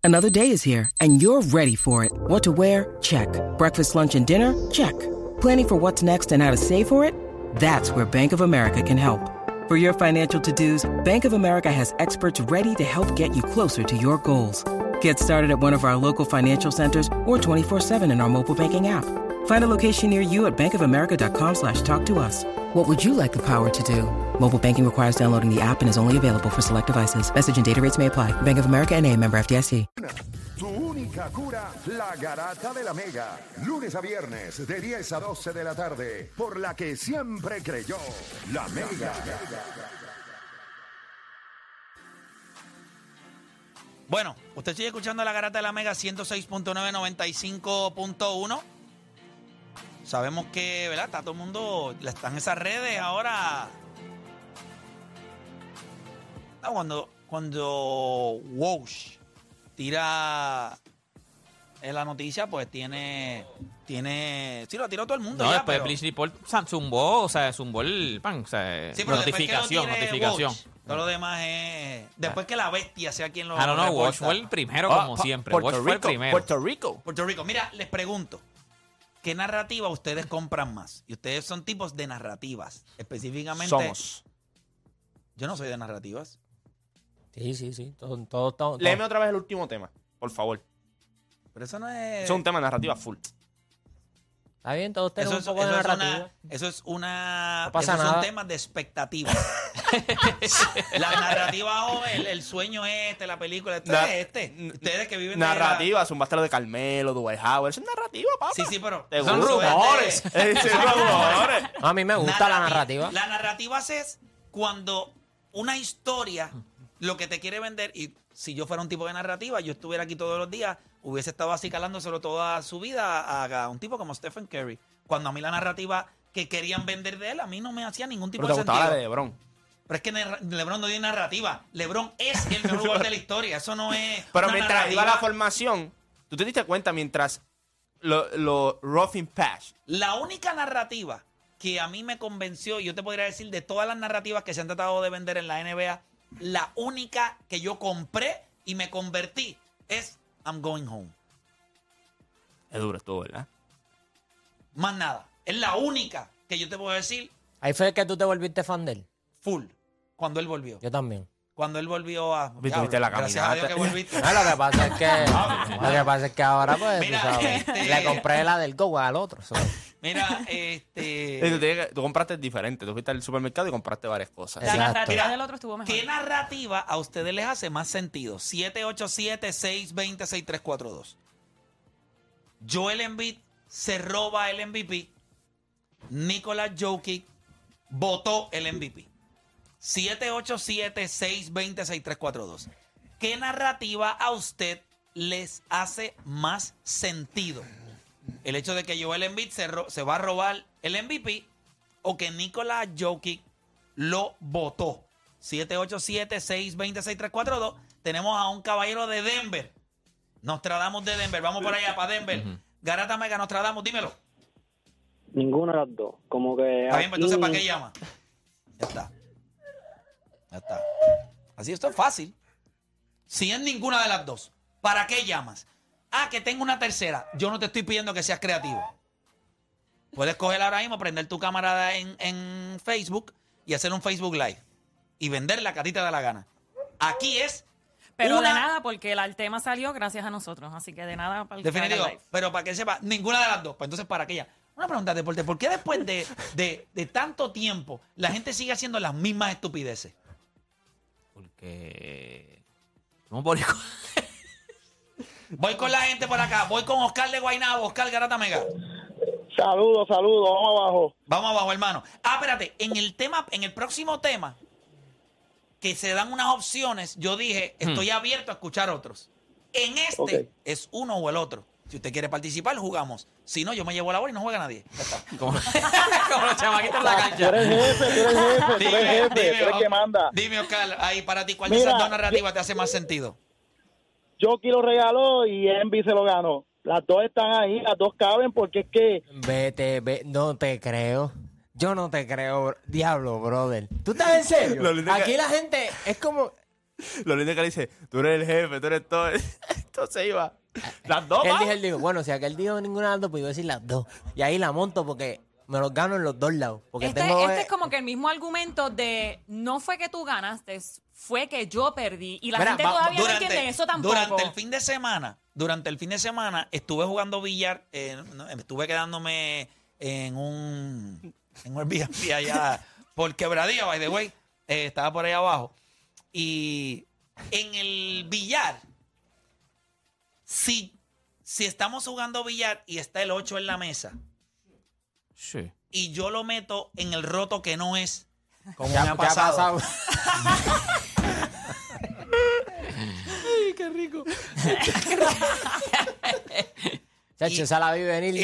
Another day is here, and you're ready for it. What to wear? Check. Breakfast, lunch, and dinner? Check. Planning for what's next and how to save for it? That's where Bank of America can help. For your financial to-dos, Bank of America has experts ready to help get you closer to your goals. Get started at one of our local financial centers or 24/7 in our mobile banking app. Find a location near you at bankofamerica.com/talktous. What would you like the power to do? Mobile banking requires downloading the app and is only available for select devices. Message and data rates may apply. Bank of America N.A., member FDIC. Tu única cura, la garata de la Mega. Lunes a viernes de 10 a 12 de la tarde. Por la que siempre creyó, la Mega. Bueno, usted sigue escuchando la garata de la Mega 106.9, 95.1. Sabemos que, ¿verdad? Está todo el mundo, están esas redes ahora. Cuando Walsh tira la noticia, pues tiene, sí, lo tiró todo el mundo. No, ya, después pero Bleach Report zumbó el pan, o sea, sí, pero notificación. Walsh, todo lo demás es después que la bestia sea quien lo No, reporta. Walsh fue el primero como siempre. Walsh fue el primero. Puerto Rico. Puerto Rico. Mira, les pregunto, ¿qué narrativa ustedes compran más? Y ustedes son tipos de narrativas. Específicamente. Somos. Yo no soy de narrativas. Sí. Todo. Léeme otra vez el último tema, por favor. Pero eso no es. Eso es un tema de narrativa full. Está bien, todos tenemos un poco de narrativa. Eso es No pasa esos son nada. temas de expectativas. La narrativa o el sueño la película Ustedes que viven Narrativa, son bastardos de Carmelo, Dwight Howard. Eso es narrativa, papá. Sí, pero Son eso es rumores. Son rumores. A mí me gusta la narrativa. La narrativa es cuando una historia lo que te quiere vender, y si yo fuera un tipo de narrativa, yo estuviera aquí todos los días, hubiese estado así calándoselo toda su vida a un tipo como Stephen Curry. Cuando a mí la narrativa que querían vender de él, a mí no me hacía ningún tipo Pero te de gustaba sentido. la de LeBron. Pero es que LeBron no tiene narrativa. LeBron es el mejor jugador de la historia. Eso no es Pero una mientras narrativa. iba la formación, tú te diste cuenta mientras lo roughing patch. La única narrativa que a mí me convenció, yo te podría decir, de todas las narrativas que se han tratado de vender en la NBA, la única que yo compré y me convertí es I'm Going Home. Es duro esto, ¿verdad? Más nada. Es la única que yo te puedo decir Ahí fue que tú te volviste fan de él. full. Cuando él volvió. Yo también. Cuando él volvió a... Viste la gracias a Dios que caminata. volviste. Lo que pasa es que ahora, pues, Mira, tú sabes, le compré la del Go al otro. Mira, Tú compraste diferente. Tú fuiste al supermercado y compraste varias cosas. La Exacto. narrativa Mira, del otro estuvo mejor. ¿qué narrativa a ustedes les hace más sentido? 787-620-6342. Joel Embiid se roba el MVP. Nikola Jokic votó el MVP. 787-620-6342. ¿Qué narrativa a usted les hace más sentido? El hecho de que Joel Embiid se va a robar el MVP o que Nikola Jokic lo votó. 787-620-6342. Tenemos a un caballero de Denver. Nostradamus de Denver. Vamos por allá para Denver. Garata Mega, Nostradamus, dímelo. Ninguna de las dos. Como que. Está bien, pues entonces, aquí- ¿para qué llama? Ya está. Ya está. Así esto es fácil. Si es ninguna de las dos, ¿para qué llamas? Ah, que tengo una tercera. Yo no te estoy pidiendo que seas creativo. Puedes coger ahora mismo, prender tu cámara en Facebook y hacer un Facebook Live. Y vender la que a ti te da la gana. Aquí es Pero una... de nada, porque el tema salió gracias a nosotros. Así que de nada para el que haga Definitivo. el live. Pero para que sepa, ninguna de las dos. Pues entonces, ¿para qué ya? Una pregunta, Deporte. ¿Por qué después de tanto tiempo la gente sigue haciendo las mismas estupideces? Porque somos boricuas. Voy con la gente por acá. Voy con Oscar de Guaynabo. Oscar Garata Mega. Saludos, vamos abajo. Vamos abajo, hermano. Ah, espérate. En el próximo tema, que se dan unas opciones, yo dije, estoy abierto a escuchar otros. En este Ok. es uno o el otro. Si usted quiere participar, jugamos. Si no, yo me llevo la bola y no juega nadie. Ya está. Como los chamaquitos en la Tú cancha. eres jefe, tú eres el que manda. Dime, Oscar, ahí para ti, ¿cuál de Mira, esas dos narrativas te hace más sentido? Jockey lo regaló y Envy se lo ganó. Las dos están ahí, las dos caben porque es que Vete, no te creo. Yo no te creo, diablo, brother. ¿Tú estás en serio? Lo lindo que- Aquí la gente es como... Lo lindo que le dice, tú eres el jefe, tú eres todo. Entonces iba. Las dos, Él dijo, bueno, si aquel dijo ninguna de las dos, pues yo voy a decir las dos. Y ahí la monto porque me los gano en los dos lados. Porque Este es como que el mismo argumento de no fue que tú ganaste, fue que yo perdí. Y la Mira, gente todavía no entiende eso tampoco. Durante el fin de semana estuve jugando billar, estuve quedándome en un Airbnb allá por Quebradilla, by the way, estaba por ahí abajo. Y en el billar, si estamos jugando billar y está el 8 en la mesa, Sí. y yo lo meto en el roto que no es, como ¿Qué me ha pasado. Ay, qué rico. Chacho, esa la vi venir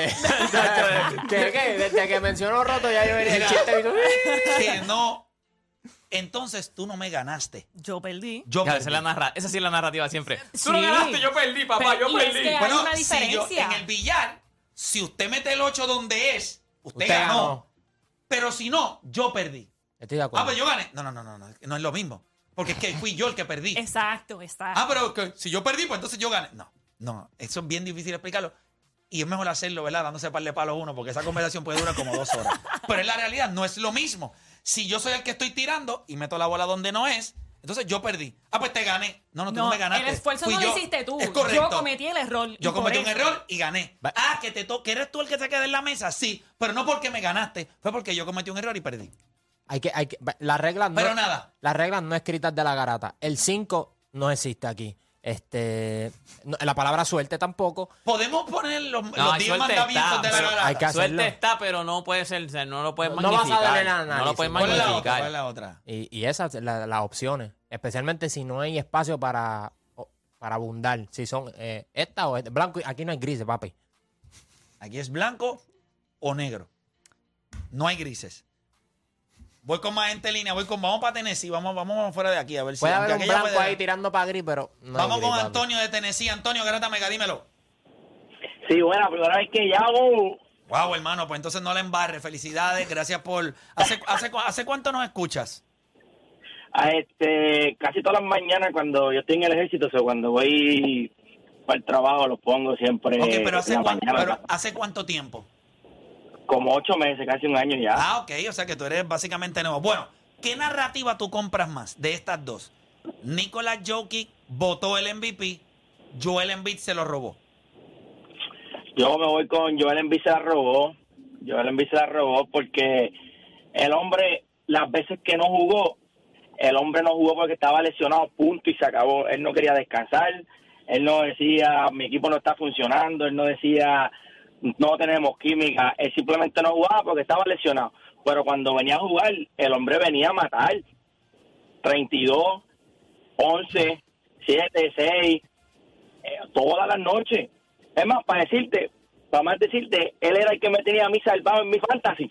desde que mencionó roto, ya yo venía el chiste. Que no. Entonces tú no me ganaste. Yo perdí. Yo Ya, perdí. esa sí es la narrativa siempre. Sí. Tú no ganaste, yo perdí, papá, Pero- yo y es perdí. que hay una diferencia. en el billar, si usted mete el 8 donde es, usted Usted ganó. ganó. Pero si no, yo perdí. Estoy de acuerdo. Pues yo gané. No es lo mismo. Porque es que fui yo el que perdí. Exacto. Pero si yo perdí, pues entonces yo gané. No, eso es bien difícil explicarlo. Y es mejor hacerlo, ¿verdad? Dándose par de palos uno, porque esa conversación puede durar como 2 horas. Pero en la realidad no es lo mismo. Si yo soy el que estoy tirando y meto la bola donde no es, entonces yo perdí. Pues te gané. No, tú no me ganaste. el esfuerzo Fui no yo. lo hiciste tú. Es correcto. Yo cometí el error. Yo y por cometí un eso- error y gané. Que eres tú el que se queda en la mesa, sí. Pero no porque me ganaste. Fue porque yo cometí un error y perdí. Las reglas no. Pero nada. Las reglas no escritas de la garata. El 5 no existe aquí. La palabra suerte tampoco. Podemos poner los No, 10 suerte mandamientos está, de la pero garata. hay que hacerlo. Suerte está, pero no puede ser, o sea, no lo puedes No vas a magnificar. darle el análisis. No lo puedes ¿Cuál es la otra? magnificar. ¿Cuál es la otra? Y esas son las opciones. Especialmente si no hay espacio para abundar. Si son esta o esta. Blanco. Aquí no hay grises, papi. Aquí es blanco o negro. No hay grises. Voy con más gente en línea. Vamos para Tennessee. Vamos fuera de aquí a ver si. Puede haber un aunque aquella blanco puede- ahí tirando para gris, pero no hay Vamos gris, con papi. Antonio de Tennessee. Antonio, Garata Mega, dímelo. Sí, bueno, primera vez que llamo. Wow, hermano, pues entonces no la embarre. Felicidades, gracias por. ¿Hace cuánto nos escuchas? Casi todas las mañanas cuando yo estoy en el ejército, o sea, cuando voy para el trabajo, los pongo siempre Ok, pero en la mañana. ¿hace cuánto tiempo? Como 8 meses, casi un año ya. Ok, o sea que tú eres básicamente nuevo. Bueno, ¿qué narrativa tú compras más de estas dos? Nicolás Jokic votó el MVP, Joel Embiid se lo robó. Yo me voy con Joel Embiid se la robó. Joel Embiid se la robó porque el hombre, las veces que no jugó, el hombre no jugó porque estaba lesionado, punto, y se acabó. Él no quería descansar, él no decía, mi equipo no está funcionando, él no decía, no tenemos química, él simplemente no jugaba porque estaba lesionado. Pero cuando venía a jugar, el hombre venía a matar. 32, 11, 7, 6, todas las noches. Es más, para más decirte, él era el que me tenía a mí salvado en mi fantasy.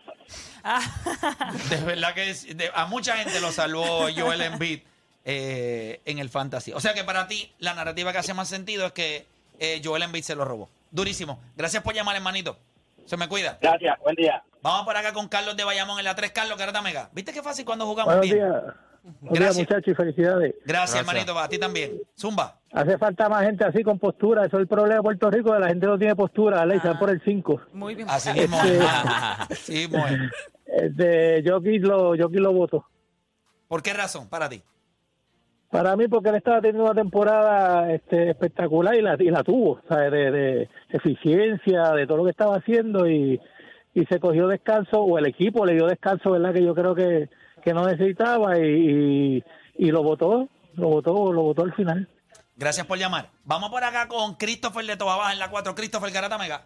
De verdad que a mucha gente lo salvó Joel Embiid en el fantasy. O sea que para ti la narrativa que hace más sentido es que Joel Embiid se lo robó. Durísimo. Gracias por llamar, hermanito. Se me cuida. Gracias, buen día. Vamos por acá con Carlos de Bayamón en la 3. Carlos, Garata Mega. ¿Viste qué fácil cuando jugamos Buenos bien? días. Buenos días, Gracias. muchachos, y felicidades. Gracias, hermanito. A ti también. Zumba. Hace falta más gente así con postura. Eso es el problema de Puerto Rico, que la gente no tiene postura. Le dicen por el 5. Muy bien. Así mismo es. Así mismo es. Jokic lo votó. ¿Por qué razón? Para ti. Para mí, porque él estaba teniendo una temporada espectacular y la tuvo, ¿sabes? De eficiencia, de todo lo que estaba haciendo y se cogió descanso, o el equipo le dio descanso, ¿verdad? Que yo creo que no necesitaba y lo votó al final. Gracias por llamar. Vamos por acá con Christopher de Toa Baja en la 4. Christopher, Garata Mega.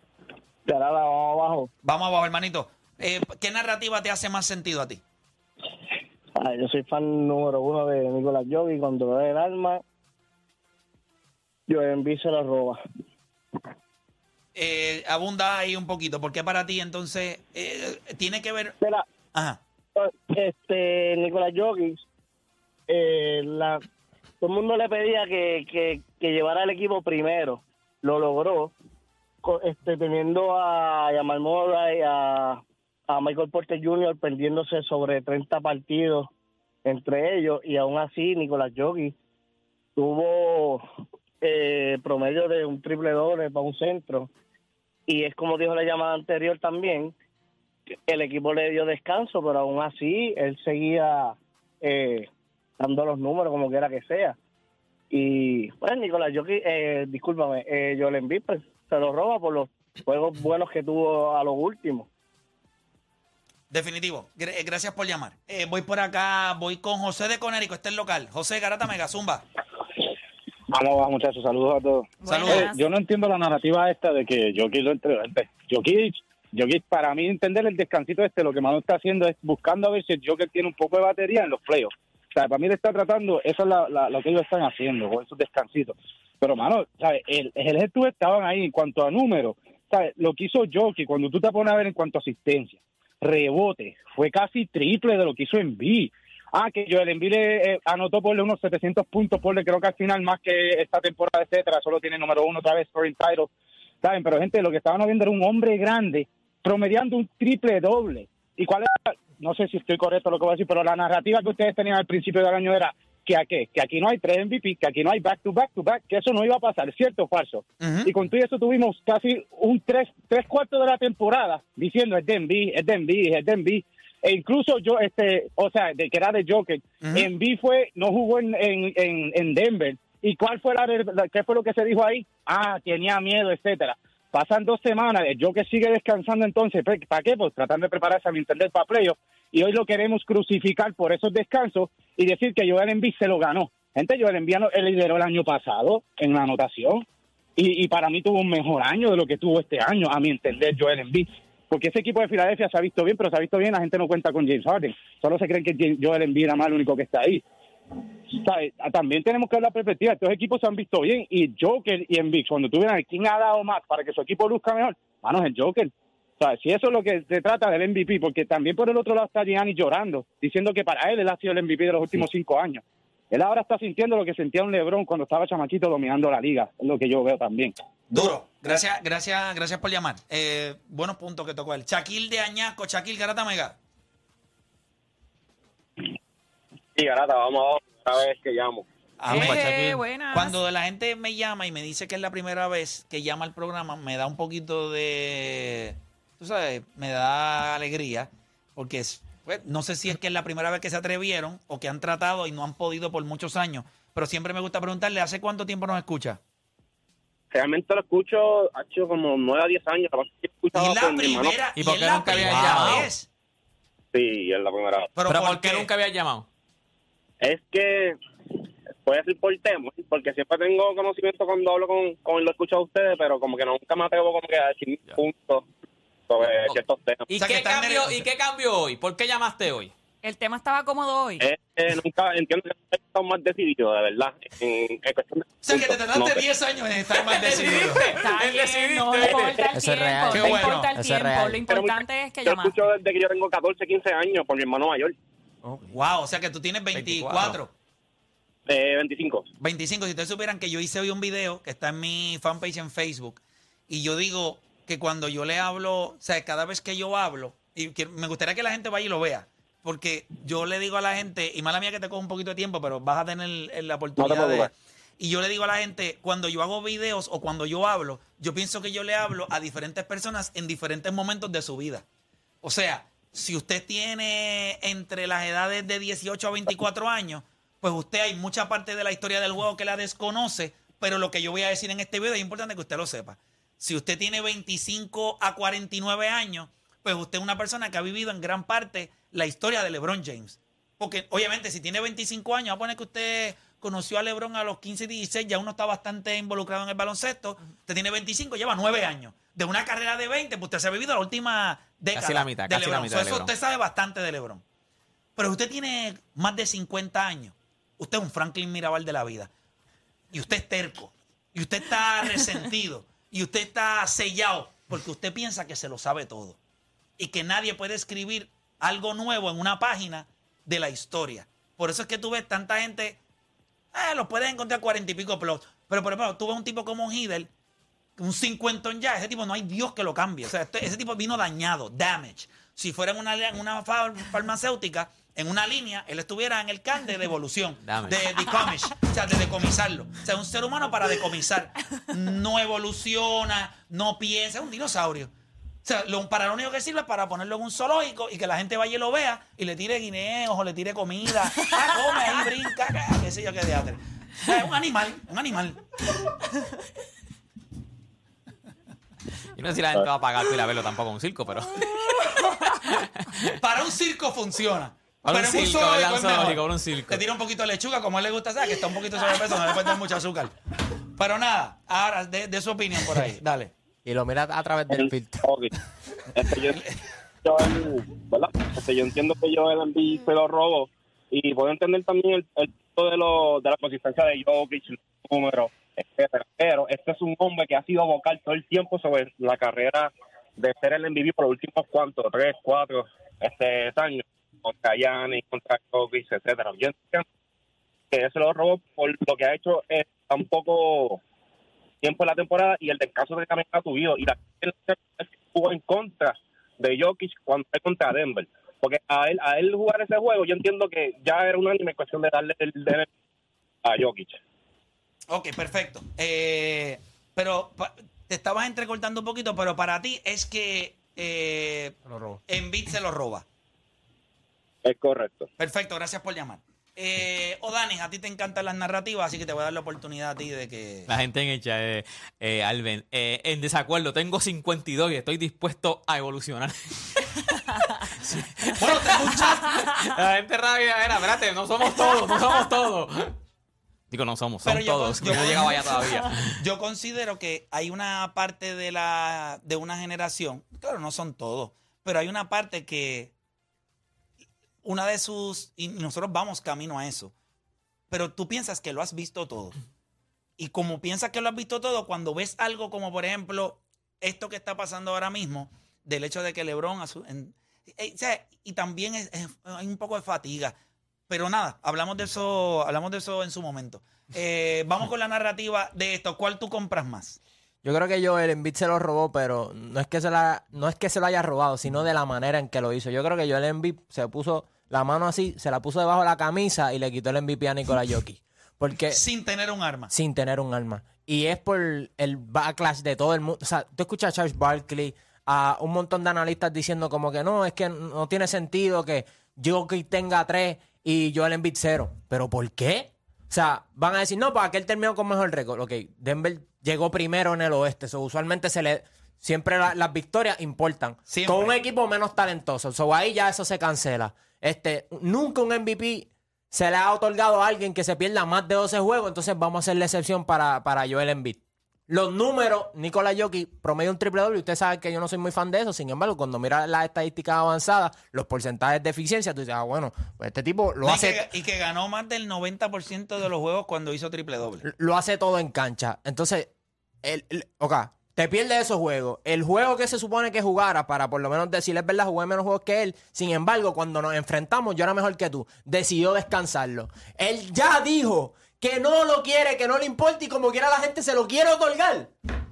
Vamos abajo. Vamos abajo, hermanito. ¿Qué narrativa te hace más sentido a ti? Yo soy fan número 1 de Nicolás Jokic, cuando le da el alma, Joel Embiid se la roba. Abunda ahí un poquito. ¿Por qué para ti entonces tiene que ver? Mira, Ajá. Nicolás Jokic, todo el mundo le pedía que llevara el equipo primero. Lo logró, teniendo a Jamal Murray, a Michael Porter Jr. perdiéndose sobre 30 partidos entre ellos, y aún así Nicolás Jokic tuvo promedio de un triple doble para un centro. Y es como dijo la llamada anterior también, el equipo le dio descanso, pero aún así él seguía dando los números como quiera que sea. Y pues Nicolás Jokic, discúlpame, Joel Embiid pues, se lo roba por los juegos buenos que tuvo a los últimos. Definitivo. Gracias por llamar. Voy por acá, voy con José de Conérico, este es el local. José Garata Mega, zumba. Vamos, muchachos, saludos a todos. Saludos. Yo no entiendo la narrativa esta de que Jokic lo entre. Jokic, para mí entender el descansito lo que Manu está haciendo es buscando a ver si el Jokic tiene un poco de batería en los playoffs. O sea, para mí le está tratando, eso es lo que ellos están haciendo con esos descansitos. Pero, mano, ¿sabes? El Jesús estaban ahí en cuanto a números. ¿Sabes? Lo que hizo Jokic, cuando tú te pones a ver en cuanto a asistencia, rebote, fue casi triple de lo que hizo Embiid. Que Joel Embiid anotó por unos 700 puntos, creo que al final más que esta temporada, etcétera, solo tiene número 1 otra vez scoring title, ¿saben? Pero gente, lo que estaban viendo era un hombre grande promediando un triple doble. ¿Y cuál era? No sé si estoy correcto lo que voy a decir, pero la narrativa que ustedes tenían al principio del año era que aquí no hay 3 MVP, que aquí no hay back to back, que eso no iba a pasar, ¿cierto o falso? Uh-huh. Y con todo eso tuvimos casi un tres cuartos de la temporada diciendo es de Embiid. E incluso yo, de que era de Jokic, uh-huh. Embiid no jugó en Denver. ¿Y qué fue lo que se dijo ahí? Tenía miedo, etcétera. Pasan 2 semanas, el Jokic sigue descansando entonces. ¿Para qué? Pues tratando de prepararse a mi entender para playoff. Y hoy lo queremos crucificar por esos descansos y decir que Joel Embiid se lo ganó. Gente, Joel Embiid lideró el año pasado en la anotación. Y para mí tuvo un mejor año de lo que tuvo este año, a mi entender, Joel Embiid. Porque ese equipo de Filadelfia se ha visto bien, pero se ha visto bien, la gente no cuenta con James Harden. Solo se creen que Joel Embiid era más el único que está ahí. ¿Sabes? También tenemos que ver la perspectiva. Estos equipos se han visto bien y Joker y Embiid, cuando tuvieran quién ha dado más para que su equipo luzca mejor, es el Joker. ¿Sabes? Si eso es lo que se trata del MVP, porque también por el otro lado está Giannis llorando, diciendo que para él ha sido el MVP de los últimos 5 años. Él ahora está sintiendo lo que sentía un LeBron cuando estaba chamaquito dominando la liga. Es lo que yo veo también. Duro. Gracias por llamar. Buenos puntos que tocó él. Shaquille de Añasco, Shaquille Garata Mega. Sí, Garata, vamos otra vez que llamo. Buenas. Cuando la gente me llama y me dice que es la primera vez que llama al programa, me da un poquito de, tú sabes, me da alegría, porque pues, no sé si es que es la primera vez que se atrevieron o que han tratado y no han podido por muchos años, pero siempre me gusta preguntarle, ¿hace cuánto tiempo nos escucha? Realmente lo escucho, ha hecho como 9 a 10 años. Y la primera, ¿Y por qué nunca había llamado? Vez. Sí, es la primera vez. ¿Pero por qué nunca había llamado? Es que puede ser por tema, porque siempre tengo conocimiento cuando hablo con lo escucho a ustedes, pero como que nunca me atrevo como que a decir puntos sobre ciertos temas. ¿Y, O sea, qué cambió hoy? ¿Por qué llamaste hoy? El tema estaba cómodo hoy. Nunca entiendo que estado más decidido, de verdad. En cuestión de O sea, que te tardaste 10 años en estar más decidido. Está bien, no importa el Eso es real. tiempo, Qué no bueno. importa el Eso es tiempo, real. lo importante es que Yo llamaste. escucho desde que yo tengo 14, 15 años por mi hermano mayor. Wow, o sea que tú tienes 24. 25. 25. Si ustedes supieran que yo hice hoy un video que está en mi fanpage en Facebook y yo digo que cuando yo le hablo, o sea, cada vez que yo hablo, y que me gustaría que la gente vaya y lo vea, porque yo le digo a la gente, y mala mía que te cojo un poquito de tiempo, pero vas a tener la oportunidad de... Y yo le digo a la gente, cuando yo hago videos o cuando yo hablo, yo pienso que yo le hablo a diferentes personas en diferentes momentos de su vida. O sea, si usted tiene entre las edades de 18 a 24 años, pues usted hay mucha parte de la historia del juego que la desconoce, pero lo que yo voy a decir en este video es importante que usted lo sepa. Si usted tiene 25 a 49 años, pues usted es una persona que ha vivido en gran parte la historia de LeBron James. Porque obviamente si tiene 25 años, va a poner que usted conoció a LeBron a los 15 y 16, ya uno está bastante involucrado en el baloncesto. Usted tiene 25, lleva 9 años. De una carrera de 20, pues usted se ha vivido la última década Casi la mitad, de casi la LeBron. mitad de Eso LeBron. usted sabe bastante de LeBron. Pero usted tiene más de 50 años. Usted es un Franklin Mirabal de la vida. Y usted es terco. Y usted está resentido. Y usted está sellado porque usted piensa que se lo sabe todo. Y que nadie puede escribir algo nuevo en una página de la historia. Por eso es que tú ves tanta gente, los puedes encontrar 40 y pico plots. Pero por ejemplo, tú ves un tipo como un Hiddle, un 50 ya, ese tipo no hay Dios que lo cambie. O sea, ese tipo vino dañado, damage. Si fuera en una farmacéutica, en una línea, él estuviera en el can de devolución, Dame. de decomish, o sea, de decomisarlo. O sea, un ser humano para decomisar. No evoluciona, no piensa, es un dinosaurio. O sea, para lo único que sirve es para ponerlo en un zoológico y que la gente vaya y lo vea y le tire guineos o le tire comida. Come ahí, brinca, qué sé yo qué de hacer. O sea, es un animal, un animal. Yo no sé si la gente va a pagar para ir a verlo tampoco en un circo, pero... Para un circo funciona. Para un pero en circo, zoológico ¿verdad? Un es mejor. zoológico, para un circo. Te tira un poquito de lechuga, como a él le gusta hacer, que está un poquito sobrepeso, no le puede dar mucho azúcar. Pero nada, ahora, de su opinión por ahí, dale. Y lo mira a través del filtro. Ok. ¿Verdad? Yo entiendo que Joel Embiid se lo robó y puedo entender también el punto de la consistencia de Jokic, números, etcétera. Pero este es un hombre que ha sido vocal todo el tiempo sobre la carrera de ser el MVP por los últimos 3, 4 años, contra Giannis, contra Jokic, etcétera. Yo entiendo que él se lo robó por lo que ha hecho tan poco tiempo en la temporada y el descanso que también ha tuvido y la gente jugó en contra de Jokic cuando fue contra Denver, porque a él jugar ese juego yo entiendo que ya era unánime cuestión de darle el a Jokic. Ok, perfecto. Pero te estabas entrecortando un poquito, pero para ti es que Embiid se lo roba. Es correcto. Perfecto, gracias por llamar. O'Dani, a ti te encantan las narrativas, así que te voy a dar la oportunidad a ti de que... La gente en el chat, Alben, en desacuerdo, tengo 52 y estoy dispuesto a evolucionar. Bueno, tengo un chat. La gente rabia era, espérate, no somos todos. Digo, no somos, son Pero yo todos. con- Yo yo- no llegaba allá todavía. Yo considero que hay una parte de una generación, claro, no son todos, pero hay una parte que una de sus, y nosotros vamos camino a eso, pero tú piensas que lo has visto todo. Y como piensas que lo has visto todo, cuando ves algo como, por ejemplo, esto que está pasando ahora mismo, del hecho de que LeBron, o sea, y también hay un poco de fatiga. Pero nada, hablamos de eso en su momento. Vamos con la narrativa de esto. ¿Cuál tú compras más? Yo creo que Joel Embiid se lo robó, pero no es que se lo haya robado, sino de la manera en que lo hizo. Yo creo que Joel Embiid se puso la mano así, se la puso debajo de la camisa y le quitó el MVP a Nikola Jokic. Porque Sin tener un arma. sin tener un arma. Y es por el backlash de todo el mundo. O sea, tú escuchas a Charles Barkley, a un montón de analistas diciendo como que no, es que no tiene sentido que Jokic tenga 3 y Joel Embiid 0. ¿Pero por qué? O sea, van a decir, no, para que él terminó con mejor récord. Ok, Denver llegó primero en el oeste. So, usualmente siempre las victorias importan. Siempre. Con un equipo menos talentoso. So, ahí ya eso se cancela. Nunca un MVP se le ha otorgado a alguien que se pierda más de 12 juegos. Entonces vamos a hacer la excepción para Joel Embiid. Los números, Nikola Jokic promedio un triple doble. Usted sabe que yo no soy muy fan de eso. Sin embargo, cuando mira las estadísticas avanzadas, los porcentajes de eficiencia, tú dices, bueno, pues este tipo lo hace. Y que ganó más del 90% de los juegos cuando hizo triple doble. Lo hace todo en cancha. Entonces, te pierdes esos juegos. El juego que se supone que jugara para por lo menos decirle es verdad, jugué menos juegos que él. Sin embargo, cuando nos enfrentamos, yo era mejor que tú. Decidió descansarlo. Él ya dijo que no lo quiere, que no le importa y como quiera la gente se lo quiere otorgar.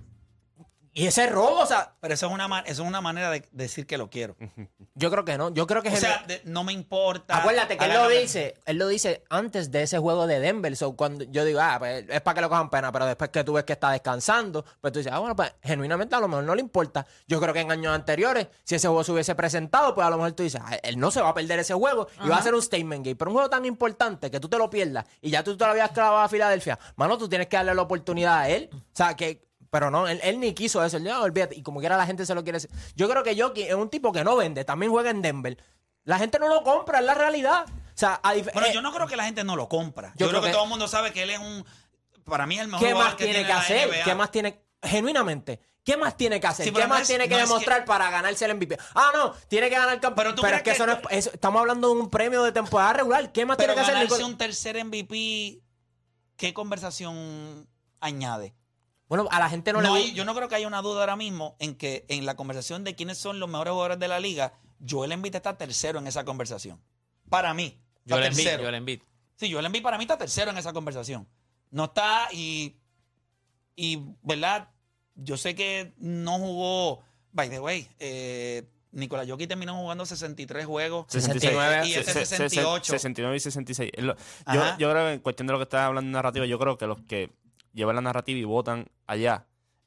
Y ese robo, o sea... Pero eso es una manera de decir que lo quiero. Yo creo que no. Yo creo que O es sea, no me importa. Acuérdate que Hágame- él lo dice antes de ese juego de Denver. So, cuando yo digo, pues es para que lo cojan pena, pero después que tú ves que está descansando, pues tú dices, bueno, pues genuinamente a lo mejor no le importa. Yo creo que en años anteriores, si ese juego se hubiese presentado, pues a lo mejor tú dices, él no se va a perder ese juego y va a hacer un statement game. Pero un juego tan importante que tú te lo pierdas y ya tú te lo habías clavado a Filadelfia, mano, tú tienes que darle la oportunidad a él. O sea, que... Pero no, él ni quiso eso. Él dijo, olvídate. Y como quiera la gente se lo quiere hacer. Yo creo que Jokic es un tipo que no vende. También juega en Denver. La gente no lo compra, es la realidad. O sea, Bueno, yo no creo que la gente no lo compra. yo Yo creo creo que que- todo el mundo sabe que él es para mí, el mejor ¿qué jugador más tiene que la hacer? NBA. ¿Qué más tiene? Genuinamente, ¿qué más tiene que hacer? Sí, pero ¿Qué no más es- tiene que no es demostrar que- para ganarse el MVP? No, tiene que ganar el campeón. Pero tú Pero es crees que eso que- no estamos hablando de un premio de temporada regular. ¿Qué más Pero tiene que hacer? ganarse Nicole? un tercer MVP, ¿qué conversación añade? Bueno, a la gente no, No le hay- gusta. yo no creo que haya una duda ahora mismo en que en la conversación de quiénes son los mejores jugadores de la liga, Joel Embiid está tercero en esa conversación. Para mí. Está tercero. Joel Embiid. Sí, Joel Embiid para mí está tercero en esa conversación. No está y ¿verdad? Yo sé que no jugó, by the way, Nikola Jokic terminó jugando 63 juegos. 69. Y ese 68. 69 y 66. Yo creo que en cuestión de lo que estás hablando de narrativa, yo creo que los que llevan la narrativa y votan allá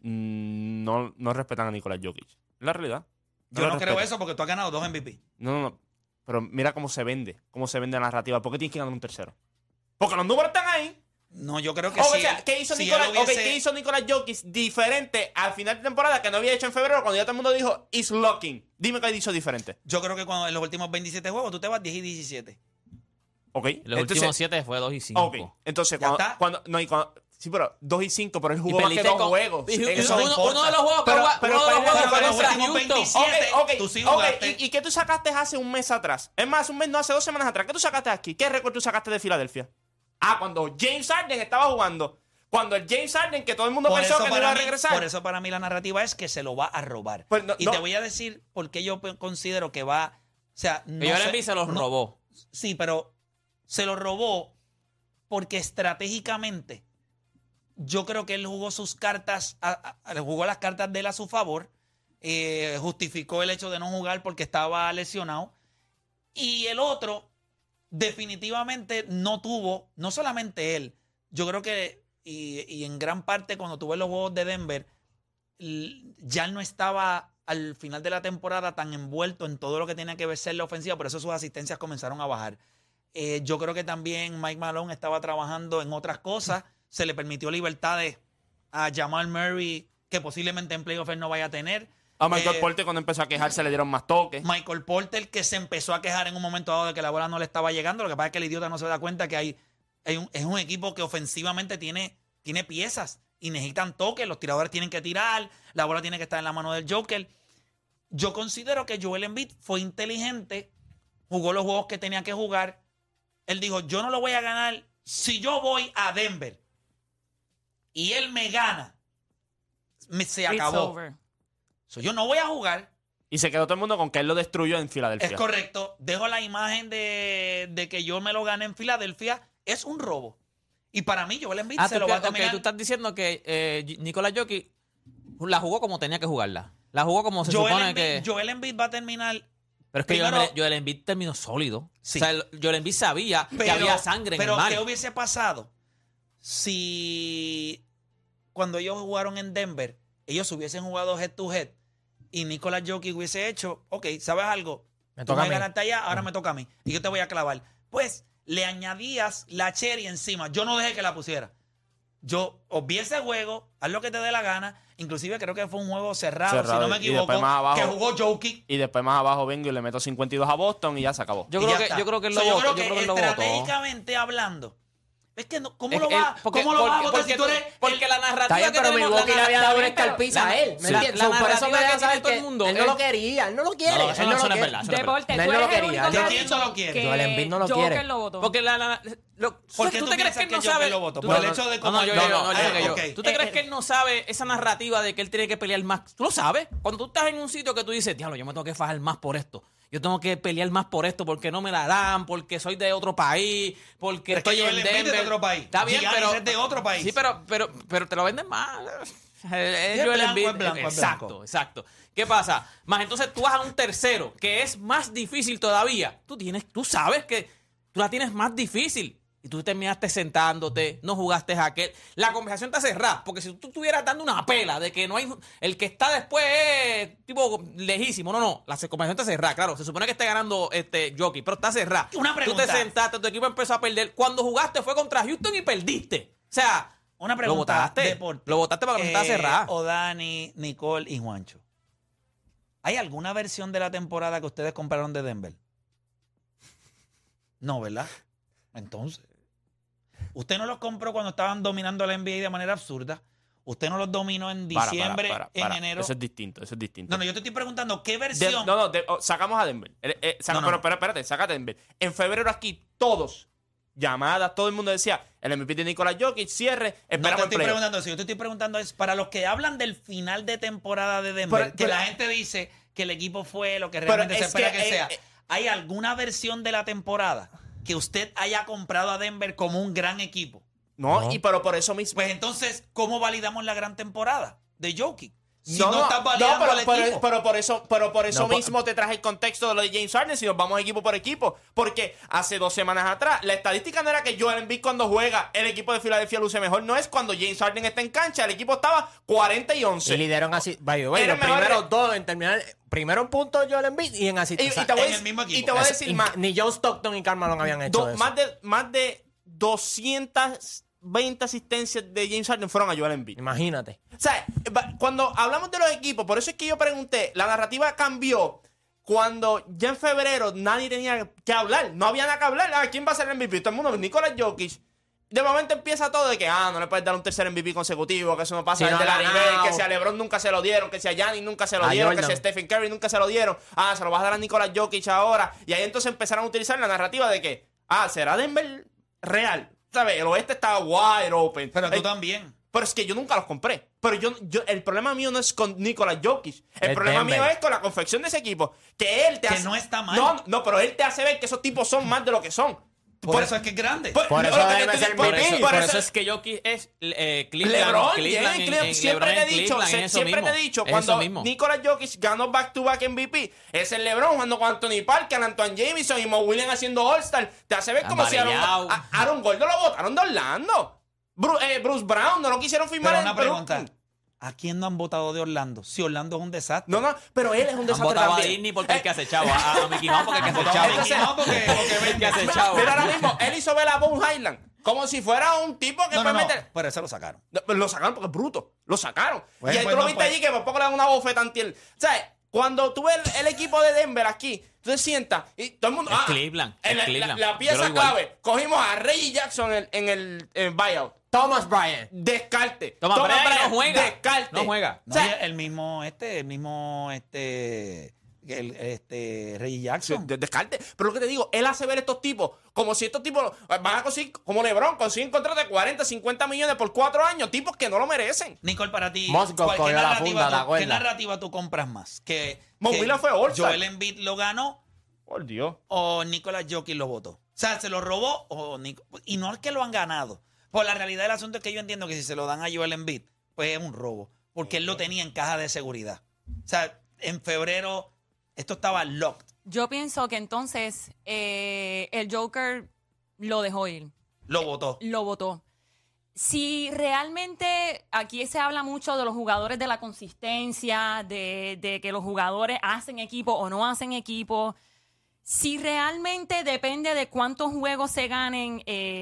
no respetan a Nikola Jokic. Es la realidad. Yo no creo eso porque tú has ganado 2 MVP. No. Pero mira cómo se vende la narrativa. ¿Por qué tienes que ganar un tercero? Porque los números están ahí. No, yo creo que O sí. sea, ¿qué hizo si Nikola Jokic diferente al final de temporada que no había hecho en febrero cuando ya todo el mundo dijo it's locking? Dime qué hizo diferente. Yo creo que cuando en los últimos 27 juegos tú te vas 10 y 17. Ok. Los últimos 7 fue 2 y 5. Ok. Entonces, ¿Ya está? sí, pero 2 y 5, pero él jugó Y más que perdiste 2 juegos. Eso no uno importa. de los juegos fue pero contra los últimos Houston. 27 tú sí jugaste. ¿Y qué tú sacaste hace un mes atrás? Es más, un mes no, hace 2 semanas atrás. ¿Qué tú sacaste aquí? ¿Qué récord tú sacaste de Filadelfia? Cuando James Harden estaba jugando. Cuando el James Harden, que todo el mundo pensó que no iba a regresar. Por eso para mí la narrativa es que se lo va a robar. Pues te voy a decir por qué yo considero que va... O sea, Que Joel Embiid se los robó. Sí, pero se lo robó porque estratégicamente yo creo que él jugó sus cartas, jugó las cartas de él a su favor, justificó el hecho de no jugar porque estaba lesionado. Y el otro definitivamente no tuvo, no solamente él, yo creo que, y en gran parte cuando tuve los juegos de Denver, ya él no estaba al final de la temporada tan envuelto en todo lo que tenía que ver ser la ofensiva, por eso sus asistencias comenzaron a bajar. Yo creo que también Mike Malone estaba trabajando en otras cosas, se le permitió libertades a Jamal Murray, que posiblemente en playoff él no vaya a tener. A Michael Porter cuando empezó a quejarse le dieron más toques. Michael Porter, que se empezó a quejar en un momento dado de que la bola no le estaba llegando. Lo que pasa es que el idiota no se da cuenta que es un equipo que ofensivamente tiene piezas y necesitan toques. Los tiradores tienen que tirar, la bola tiene que estar en la mano del Joker. Yo considero que Joel Embiid fue inteligente, jugó los juegos que tenía que jugar. Él dijo, yo no lo voy a ganar si yo voy a Denver y él me gana. Se acabó. Yo no voy a jugar. Y se quedó todo el mundo con que él lo destruyó en Filadelfia. Es correcto. Dejo la imagen de que yo me lo gané en Filadelfia. Es un robo. Y para mí, Joel Embiid se lo va a terminar. Tú estás diciendo que Nikola Jokic la jugó como tenía que jugarla. La jugó como se supone que... Joel Embiid va a terminar... Pero es que Joel Embiid terminó sólido. Sí. O sea, Joel Embiid sabía que había sangre en el mar. Pero ¿qué hubiese pasado si cuando ellos jugaron en Denver, ellos hubiesen jugado head to head y Nikola Jokic hubiese hecho, ok, ¿sabes algo? Tú me ganaste allá, ahora me toca a mí. Y yo te voy a clavar. Pues le añadías la cherry encima. Yo no dejé que la pusiera. Yo obvié ese juego, haz lo que te dé la gana. Inclusive creo que fue un juego cerrado si no me equivoco, abajo, que jugó Jokic. Y después más abajo vengo y le meto 52 a Boston y ya se acabó. Yo creo que él lo votó. Yo creo que estratégicamente hablando, es que no, ¿cómo lo vas a votar si tú eres... Porque la narrativa bien, que pero tenemos... Milwaukee le había dado una escalpiza a él. ¿Me entiendes? Por eso me deja saber todo que el mundo. él no lo quería. Él no lo quiere. No, eso no es verdad. Deporte, Él tú no lo eres el quería. único que ha ¿Quién dicho no lo quiere? que Joel Embiid no lo Joker quiere. lo votó. Porque ¿Por qué tú crees piensas que él no Joker sabe? lo votó? Tú- Por el hecho de cómo... ¿Tú te crees que él no sabe esa narrativa de que él tiene que pelear más? Tú lo sabes. Cuando tú estás en un sitio que tú dices, diablo, yo me tengo que fajar más por esto. Yo tengo que pelear más por esto porque no me la dan, porque soy de otro país, porque Pero es que estoy en Joel Embiid es de Denver. otro país. Está bien, Giannis pero... es de otro país. Sí, pero te lo venden más. Es Joel blanco, Embiid. es blanco, es Exacto, blanco. exacto. ¿Qué pasa? Más entonces tú vas a un tercero, que es más difícil todavía. Tú sabes que tú la tienes más difícil. Y tú terminaste sentándote, no jugaste aquel. La conversación está cerrada, porque si tú estuvieras dando una pela de que no hay... El que está después es tipo lejísimo. No, la conversación está cerrada, claro. Se supone que esté ganando Jokic, pero está cerrada. Una pregunta. Tú te sentaste, tu equipo empezó a perder. Cuando jugaste fue contra Houston y perdiste. O sea, Una pregunta. lo votaste. Deporte. Lo votaste para que estaba cerrada. O'Dani, Nicole y Juancho. ¿Hay alguna versión de la temporada que ustedes compraron de Denver? No, ¿verdad? Entonces... Usted no los compró cuando estaban dominando la NBA de manera absurda. Usted no los dominó en diciembre, en enero. Eso es distinto. No, yo te estoy preguntando qué versión. Sacamos a Denver. Pero espérate, sácate a Denver. En febrero aquí todos, llamadas, todo el mundo decía, el MVP de Nikola Jokic, cierre, No te esperamos estoy preguntando eso. Yo te estoy preguntando es para los que hablan del final de temporada de Denver, que la gente dice que el equipo fue lo que realmente se espera que sea. ¿Hay alguna versión de la temporada que usted haya comprado a Denver como un gran equipo? No, pero por eso mismo. Pues entonces, ¿cómo validamos la gran temporada de Jokic? Si no estás validando al equipo. Pero por eso No, mismo te traje el contexto de lo de James Harden si nos vamos equipo por equipo. Porque hace 2 semanas atrás, la estadística no era que Joel Embiid cuando juega el equipo de Filadelfia luce mejor. No es cuando James Harden está en cancha. El equipo estaba 40-11. Y lideraron así. By the way, Era los mejor primeros dos en terminar. Primero en puntos Joel Embiid y en asistencia. Y te voy a en el mismo equipo. y te voy a decir más. Ni John Stockton y Karl Malone habían hecho eso. Más de 220 asistencias de James Harden fueron a Joel Embiid. Imagínate. O sea, cuando hablamos de los equipos, por eso es que yo pregunté, la narrativa cambió cuando ya en febrero nadie tenía que hablar. No había nada que hablar. ¿Quién va a ser el MVP? Todo el mundo, Nikola Jokic. De momento empieza todo de que, no le puedes dar un tercer MVP consecutivo, que eso no pasa Si no desde la ha nivel, ganado. que si a LeBron nunca se lo dieron, que si a Giannis nunca se lo A dieron, Jordan. que si a Stephen Curry nunca se lo dieron. Se lo vas a dar a Nikola Jokic ahora. Y ahí entonces empezaron a utilizar la narrativa de que, será Denver real. ¿Sabes? El oeste está wide open. Pero tú también. Pero es que yo nunca los compré. Pero el problema mío no es con Nikola Jokic. El Es problema Denver. mío es con la confección de ese equipo. Que él te Que hace... no está mal. No, pero él te hace ver que esos tipos son más de lo que son. Por eso es que es grande. Por eso lo que debe te ser estoy- MVP. Por eso es que Jokic es Cleveland. LeBron, Cleveland, James, siempre LeBron te he en dicho, Cleveland, es eso siempre te he mismo, dicho, es cuando eso mismo. Nikola Jokic ganó back-to-back MVP, es el LeBron jugando con Anthony Parker, Antoine Jamison y Mo Williams haciendo All-Star. Te hace ver como si Amarillao. Aaron Gordon lo botaron de Orlando. Bruce Brown no lo quisieron firmar Pero en una pregunta. Brooklyn. ¿A quién no han votado de Orlando? Si Orlando es un desastre. No, pero él es un Han desastre votado a también. Disney porque es que hace chavo. A Mickey Mouse porque es que hace chavo. Entonces, No, porque Es que hace chavo. Pero ahora mismo, él hizo ver a Boone Highland como si fuera un tipo que No, puede no, meter... pero eso lo sacaron. No, pero lo sacaron porque es bruto. Lo sacaron. Bueno, y ahí pues tú lo no, viste pues. allí que por poco le dan una bofeta antiel. O sea, cuando tú ves el equipo de Denver aquí, tú te sientas y todo el mundo... Es Cleveland, es Cleveland. La Yo pieza lo igual. clave. Cogimos a Reggie Jackson en el buyout. Thomas Bryant. Descarte. Thomas Bryant no juega. Descarte. No juega. No, O sea, el mismo Reggie Jackson. Descarte. Pero lo que te digo, él hace ver a estos tipos como si estos tipos van a conseguir, como LeBron, consiguen contratos de 40, 50 millones por 4 años. Tipos que no lo merecen. Nicole, para ti, Moscov ¿qué cogió la funda, ¿te ¿qué acuerdas? narrativa tú compras más? ¿Que Mo Williams fue All-Star. Joel Embiid lo ganó Por Dios. o Nikola Jokic lo votó? O sea, ¿se lo robó y no es que lo han ganado? Por la realidad del asunto es que yo entiendo que si se lo dan a Joel Embiid, pues es un robo. Porque él lo tenía en caja de seguridad. O sea, en febrero esto estaba locked. Yo pienso que entonces el Joker lo dejó ir. Lo votó. Lo votó. Si realmente aquí se habla mucho de los jugadores, de la consistencia, de que los jugadores hacen equipo o no hacen equipo. Si realmente depende de cuántos juegos se ganen,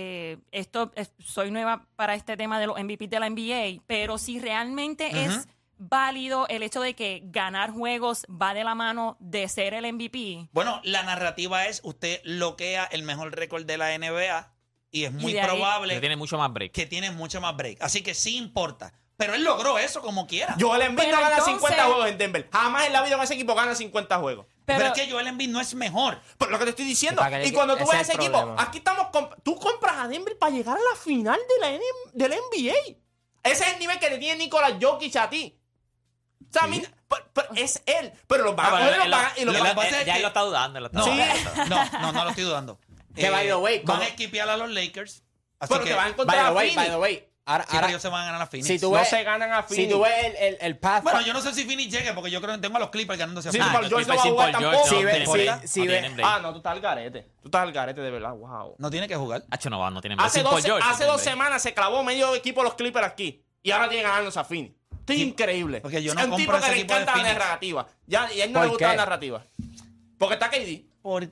soy nueva para este tema de los MVP de la NBA, pero si realmente es válido el hecho de que ganar juegos va de la mano de ser el MVP. Bueno, la narrativa es usted bloquea el mejor récord de la NBA y es muy de ahí- probable Que tiene mucho más break. que tiene mucho más break. Así que sí importa. Pero él logró eso como quiera. Joel Embiid Pero no gana entonces- 50 juegos en Denver. Jamás en la vida con ese equipo gana 50 juegos. Pero es que Joel Embiid no es mejor. Por lo que te estoy diciendo. Para que Y cuando tú ese ves es ese el equipo, problema. aquí estamos. Tú compras a Denver para llegar a la final de la NBA. Ese es el nivel que le tiene Nikola Jokic a ti. O sea, mira, es él. Pero los van a coger, los van a- y los lo van que a- pasa es Ya que- él lo está dudando. él lo está No, dudando. no lo estoy dudando. Que, by the way, van ¿cómo? a esquipear a los Lakers. Así Pero que te van a By encontrar the a way, Phoenix. by the way. Ahora, sí, pero ellos se van a ganar a Phoenix. si tú No ves, se ganan a si Phoenix. tú ves el path. Bueno, yo no sé si Phoenix llegue porque yo creo que tengo a los Clippers ganándose a Sí, Phoenix. Paul George no va a Sin jugar Paul tampoco. George, Sí, no ve- tienen sí, break, sí, no ve- tienen break. Ah, no, tú estás al garete. Tú estás al garete de verdad. Wow. No tiene que jugar. Hacho, no tienen break. Hace Sin Paul dos, George, hace no tienen 2 break. semanas se clavó medio equipo los Clippers aquí. Y ahora tienen ganándose a Phoenix. Esto es Sí, increíble. porque yo no es un compro tipo ese que le equipo de encanta la Phoenix. narrativa. Ya, y a él no ¿Por le gusta la qué? narrativa. Porque está KD.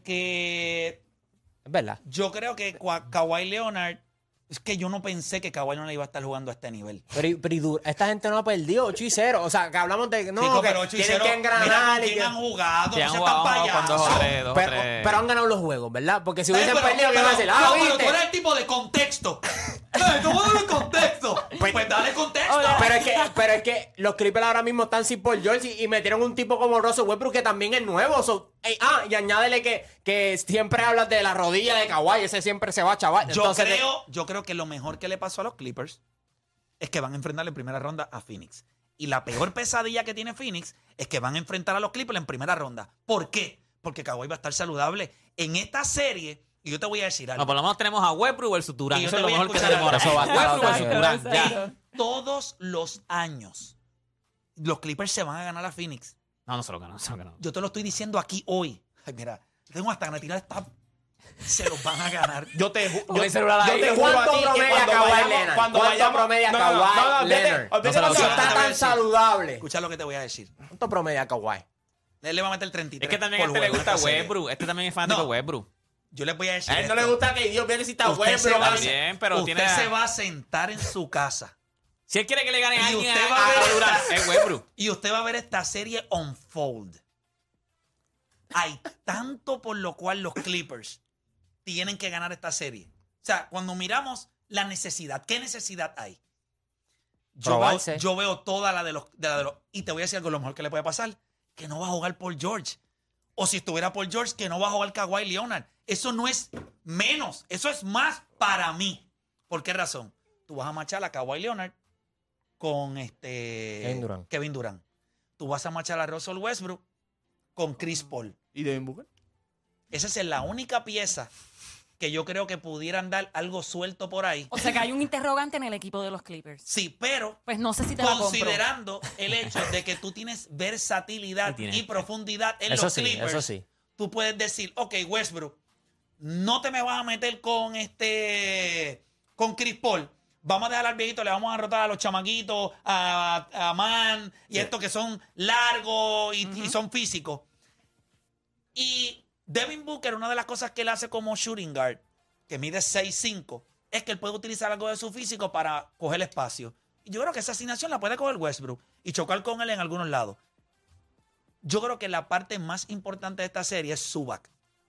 Porque Es verdad. yo creo que Kawhi Leonard... Es que yo no pensé que Kawhi Leonard iba a estar jugando a este nivel. Esta gente no ha perdido 8-0. O sea, que hablamos de no, Chico, que pero 8 y tienen 0, que mira engranar con y quién que... han jugado. Sí, no han sean jugado tan con 2 o payasos. 3, 2 o 3. Pero han ganado los juegos, ¿verdad? Porque si hubiesen Pero- perdido, ¿qué pero- van a decir? no, Ah, pero ¿viste? tú eres el tipo de contexto. ¿Cómo dale contexto? Pues dale contexto. Pero es que los Clippers ahora mismo están sin Paul George y metieron un tipo como Russell Westbrook que también es nuevo. Y añádele que siempre hablas de la rodilla de Kawhi. Ese siempre se va, chaval. Entonces, Yo creo que lo mejor que le pasó a los Clippers es que van a enfrentar en primera ronda a Phoenix. Y la peor pesadilla que tiene Phoenix es que van a enfrentar a los Clippers en primera ronda. ¿Por qué? Porque Kawhi va a estar saludable. En esta serie, y yo te voy a decir algo. No, por lo menos tenemos a Westbrook versus Durant. Y yo Eso es te lo voy a mejor que escuchar tenemos ahora. eso va a estar Westbrook versus otro Durant. nivel. Ya. Todos los años, los Clippers se van a ganar a Phoenix. No se lo ganan, no se lo ganan. Yo te lo estoy diciendo aquí hoy. Ay, mira, tengo hasta ganas de tirar esta... Se los van a ganar. Yo te juro. Con el celular ahí. Yo te juro a ¿Cuánto ti que promedia Kawhi Leonard? ¿Cuánto promedia Kawhi Leonard? olvídate Si lo que está te voy a tan decir. saludable. Escucha lo que te voy a decir. ¿Cuánto promedia Kawhi? Él le va a meter 33. Es que también a por este le juego en gusta esta serie. Westbrook. Este también es fanático No. de Westbrook. Yo les voy a decir A él no esto. le gusta que Dios viene si está Usted bueno, se pero va a- Bien, pero usted tiene- se va a sentar en su casa Si él quiere que le gane a Y alguien usted va a ver- Durant, es Westbrook. y usted va a ver esta serie unfold. Hay tanto por lo cual los Clippers tienen que ganar esta serie. O sea, cuando miramos la necesidad, ¿qué necesidad hay? Probarse. Yo veo toda la de los... Y te voy a decir algo, lo mejor que le puede pasar, que no va a jugar Paul George. O si estuviera Paul George, que no va a jugar Kawhi Leonard. Eso no es menos, eso es más para mí. ¿Por qué razón? Tú vas a machar a Kawhi Leonard con Kevin Durant. Tú vas a machar a Russell Westbrook con Chris Paul. ¿Y Devin Booker? Esa es la única pieza que yo creo que pudieran dar algo suelto por ahí. O sea que hay un interrogante en el equipo de los Clippers. Sí, pero Pues no sé si te la compro. considerando el hecho de que tú tienes versatilidad y profundidad en Eso los sí, Clippers, eso sí. tú puedes decir, ok, Westbrook, no te me vas a meter con con Chris Paul. Vamos a dejar al viejito, le vamos a rotar a los chamaquitos, a Man y estos que son largos y son físicos. Y Devin Booker, una de las cosas que él hace como shooting guard, que mide 6'5", es que él puede utilizar algo de su físico para coger espacio. Y yo creo que esa asignación la puede coger Westbrook y chocar con él en algunos lados. Yo creo que la parte más importante de esta serie es Zubac.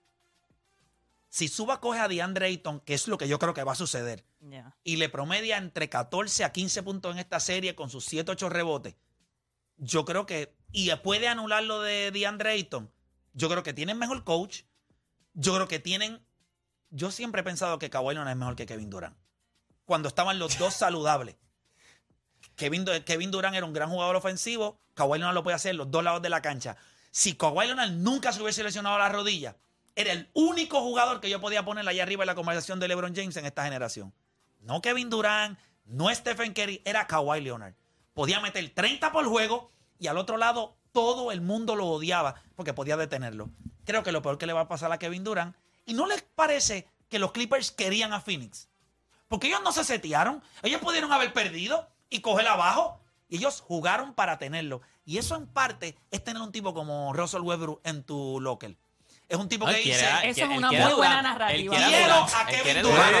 Si Zubac coge a DeAndre Ayton, que es lo que yo creo que va a suceder, Ya. y le promedia entre 14 a 15 puntos en esta serie con sus 7-8 rebotes, yo creo que... Y puede anular lo de DeAndre Ayton. Yo creo que tienen mejor coach. Yo creo que tienen... Yo siempre he pensado que Kawhi Leonard es mejor que Kevin Durant. Cuando estaban los dos saludables. Kevin Durant era un gran jugador ofensivo. Kawhi Leonard lo puede hacer en los dos lados de la cancha. Si Kawhi Leonard nunca se hubiese lesionado la rodilla, era el único jugador que yo podía poner allá arriba en la conversación de LeBron James en esta generación. No Kevin Durant, no Stephen Curry, era Kawhi Leonard. Podía meter 30 por juego y al otro lado todo el mundo lo odiaba porque podía detenerlo. Creo que lo peor que le va a pasar a Kevin Durant. ¿Y no les parece que los Clippers querían a Phoenix? Porque ellos no se setearon. Ellos pudieron haber perdido y coger abajo. Y ellos jugaron para tenerlo. Y eso en parte es tener un tipo como Russell Westbrook en tu locker. Es un tipo que dice... Eso es una muy buena narrativa. Quiero a Kevin Durant.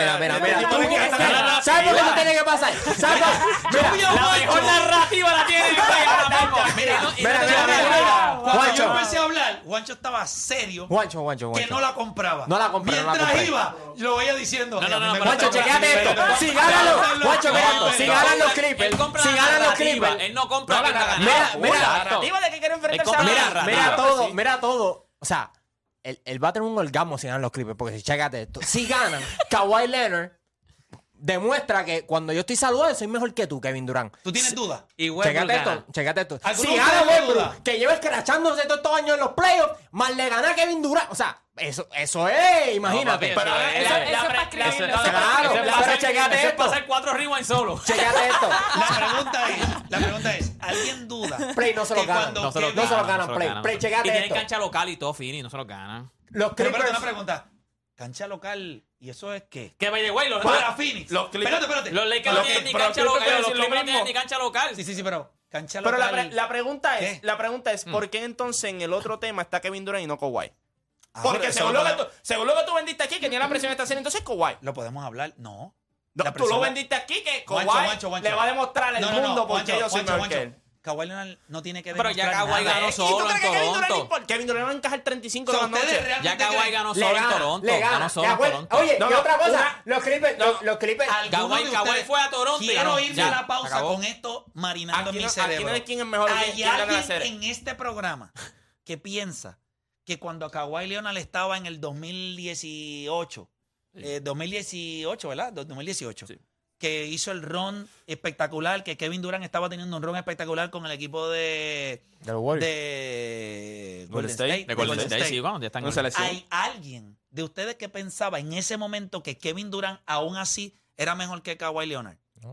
Mira. ¿Sabes por qué eso tiene que pasar? ¿Sabes? La mejor narrativa la tiene Mira. Cuando yo empecé a hablar, Juancho estaba serio Juancho. que no la compraba. No la compré, no la Mientras compré. iba, yo lo veía diciendo. No, "Ay, a mí me Juancho, gusta chequéate más". esto. Si ganan los... Juancho, mira esto. Si ganan los Él Clippers. compra Si la ganan los narrativa, Clippers. él no compra la narrativa. Mira. La narrativa de que quiere enfrentarse a Mira todo. O sea, él va a tener un orgasmo si ganan los Clippers. Porque si chécate esto. Si ganan, Kawhi Leonard demuestra que cuando yo estoy saludable soy mejor que tú, Kevin Durant. ¿Tú tienes duda? Y Westbrook gana. Chécate esto. ¿Alguno Si de gana ustedes duda? Westbrook, que lleva escrachándose todos estos años en los playoffs, más le gana a Kevin Durant. O sea, eso es, imagínate. No, papi, Pero eso es- eso es para escribirlo. Claro, pero chécate eso es esto. pasar 4 rewind solo. Chécate esto. La pregunta es, ¿alguien duda? Play no se lo que ganan. cuando No se lo Kevin- ganan. Play, chécate Y tienen esto. cancha local y todo, Fini, no se lo ganan. Los Pero espérate, Clippers... una pregunta. ¿Cancha local? ¿Y eso es qué? Que by the way, los Para Phoenix. Los Clippers- Espérate. Los Lakers no tienen ni pero cancha los local. Clippers Los dicen lo Clippers no tienen mismo. ni cancha local. Sí, pero cancha Pero local. la pregunta es, ¿por qué entonces en el otro tema está Kevin Durant y no Kawhi? Ahora, Porque eso según lo lo que tú vendiste aquí, que tenía la presión de esta serie, entonces Kawhi. ¿Lo podemos hablar? No. No, La tú lo persona- vendiste aquí que Kawhi Juancho. le va a demostrar al No, mundo por qué Juancho, yo soy mejor Juancho. que él. Kawhi Leonard no tiene que Pero ya demostrar Kawhi nada. ganó ¿Y tú solo crees en que Kevin Durant Toronto. no importa? Kevin Durant va a encajar 35 de So, la ustedes noche. Ya realmente Kawhi creen- ganó solo en Toronto. Le gana. Ganó solo en Toronto. Oye, No, y otra cosa. una- Los Clippers... Los Clippers... ¿Alguno de Kawhi ustedes- fue a Toronto y Quiero ganó. irme Ya, a la pausa acabó. con esto marinando en mi Aquí cerebro. no es quién es mejor. Hay quién gana la alguien serie. en este programa que piensa que cuando Kawhi Leonard estaba en el 2018, 2018, ¿verdad? 2018. Sí. Que hizo el run espectacular, que Kevin Durant estaba teniendo un run espectacular con el equipo de los Warriors. Golden State. De Golden State, sí, bueno, ya están No se les- ¿Hay alguien de ustedes que pensaba en ese momento que Kevin Durant aún así era mejor que Kawhi Leonard?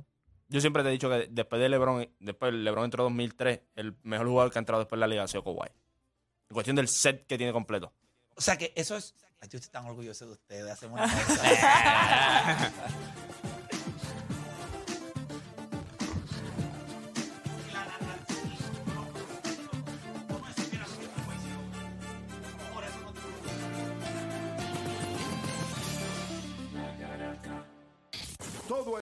Yo siempre te he dicho que después LeBron entró en 2003, el mejor jugador que ha entrado después de la liga ha sido Kawhi. En cuestión del set que tiene completo. O sea que eso es... Ay, yo estoy tan orgulloso de ustedes. Hacemos una pausa. Todo